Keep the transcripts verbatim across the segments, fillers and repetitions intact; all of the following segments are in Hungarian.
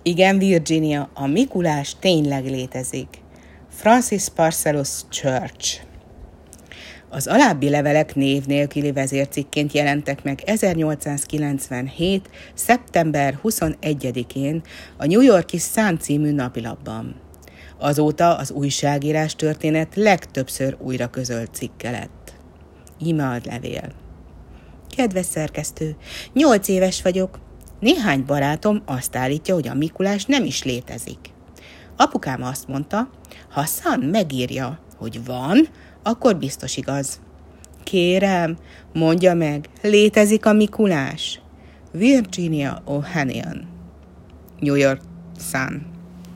Igen, Virginia, a Mikulás tényleg létezik. Francis Paracelsus Church. Az alábbi levelek név nélküli vezércikként jelentek meg ezernyolcszázkilencvenhét. szeptember huszonegyedikén a New York-i Sun című napilapban. Azóta az újságírás történet legtöbbször újra közölt cikke lett. Íme a levél. Kedves szerkesztő, nyolc éves vagyok. Néhány barátom azt állítja, hogy a Mikulás nem is létezik. Apukám azt mondta, ha Sun megírja, hogy van, akkor biztos igaz. Kérem, mondja meg, létezik a Mikulás? Virginia O'Hannion. New York Sun.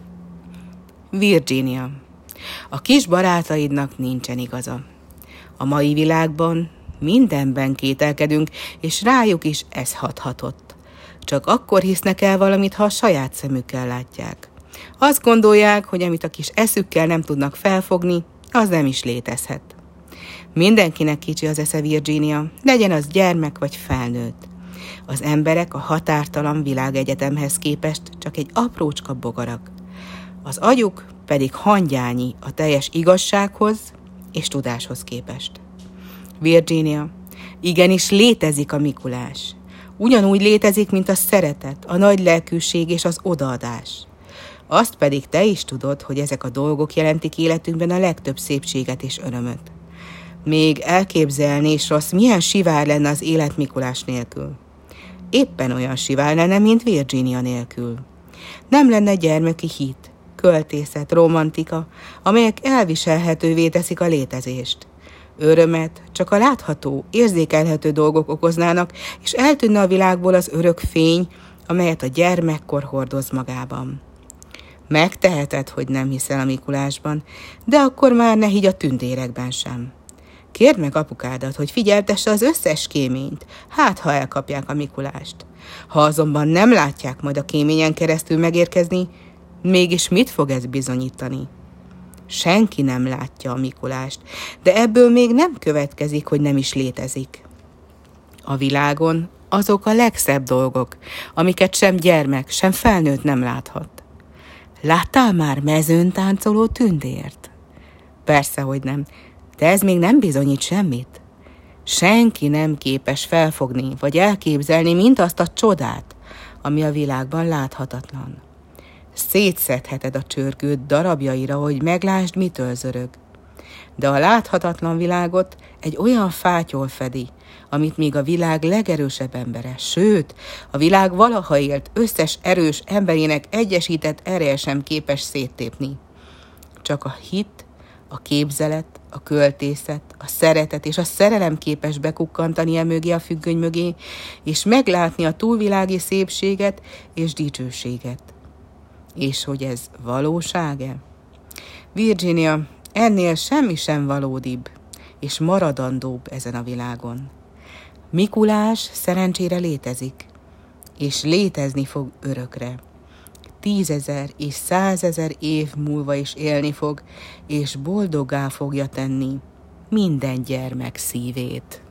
Virginia, a kis barátaidnak nincsen igaza. A mai világban mindenben kételkedünk, és rájuk is ez hathatott. Csak akkor hisznek el valamit, ha a saját szemükkel látják. Azt gondolják, hogy amit a kis eszükkel nem tudnak felfogni, az nem is létezhet. Mindenkinek kicsi az esze, Virginia, legyen az gyermek vagy felnőtt. Az emberek a határtalan világegyetemhez képest csak egy aprócska bogarak. Az agyuk pedig hangyányi a teljes igazsághoz és tudáshoz képest. Virginia, igenis létezik a Mikulás. Ugyanúgy létezik, mint a szeretet, a nagy lelkűség és az odaadás. Azt pedig te is tudod, hogy ezek a dolgok jelentik életünkben a legtöbb szépséget és örömöt. Még elképzelni is rossz, milyen sivár lenne az élet Mikulás nélkül. Éppen olyan sivár lenne, mint Virginia nélkül. Nem lenne gyermeki hit, költészet, romantika, amelyek elviselhetővé teszik a létezést. Örömet csak a látható, érzékelhető dolgok okoznának, és eltűnne a világból az örök fény, amelyet a gyermekkor hordoz magában. Megteheted, hogy nem hiszel a Mikulásban, de akkor már ne higgy a tündérekben sem. Kérd meg apukádat, hogy figyeltesse az összes kéményt, hát ha elkapják a Mikulást. Ha azonban nem látják majd a kéményen keresztül megérkezni, mégis mit fog ez bizonyítani? Senki nem látja a Mikulást, de ebből még nem következik, hogy nem is létezik. A világon azok a legszebb dolgok, amiket sem gyermek, sem felnőtt nem láthat. Láttál már mezőn táncoló tündért? Persze, hogy nem, de ez még nem bizonyít semmit. Senki nem képes felfogni vagy elképzelni mindazt a csodát, ami a világban láthatatlan. Szétszedheted a csörgőt darabjaira, hogy meglásd, mitől zörög. De a láthatatlan világot egy olyan fátyol fedi, amit még a világ legerősebb embere, sőt, a világ valaha élt összes erős emberének egyesített ereje sem képes széttépni. Csak a hit, a képzelet, a költészet, a szeretet és a szerelem képes bekukkantani e mögé a függöny mögé, és meglátni a túlvilági szépséget és dicsőséget. És hogy ez valóság-e? Virginia, ennél semmi sem valódibb és maradandóbb ezen a világon. Mikulás szerencsére létezik, és létezni fog örökre. Tízezer és százezer év múlva is élni fog, és boldoggá fogja tenni minden gyermek szívét.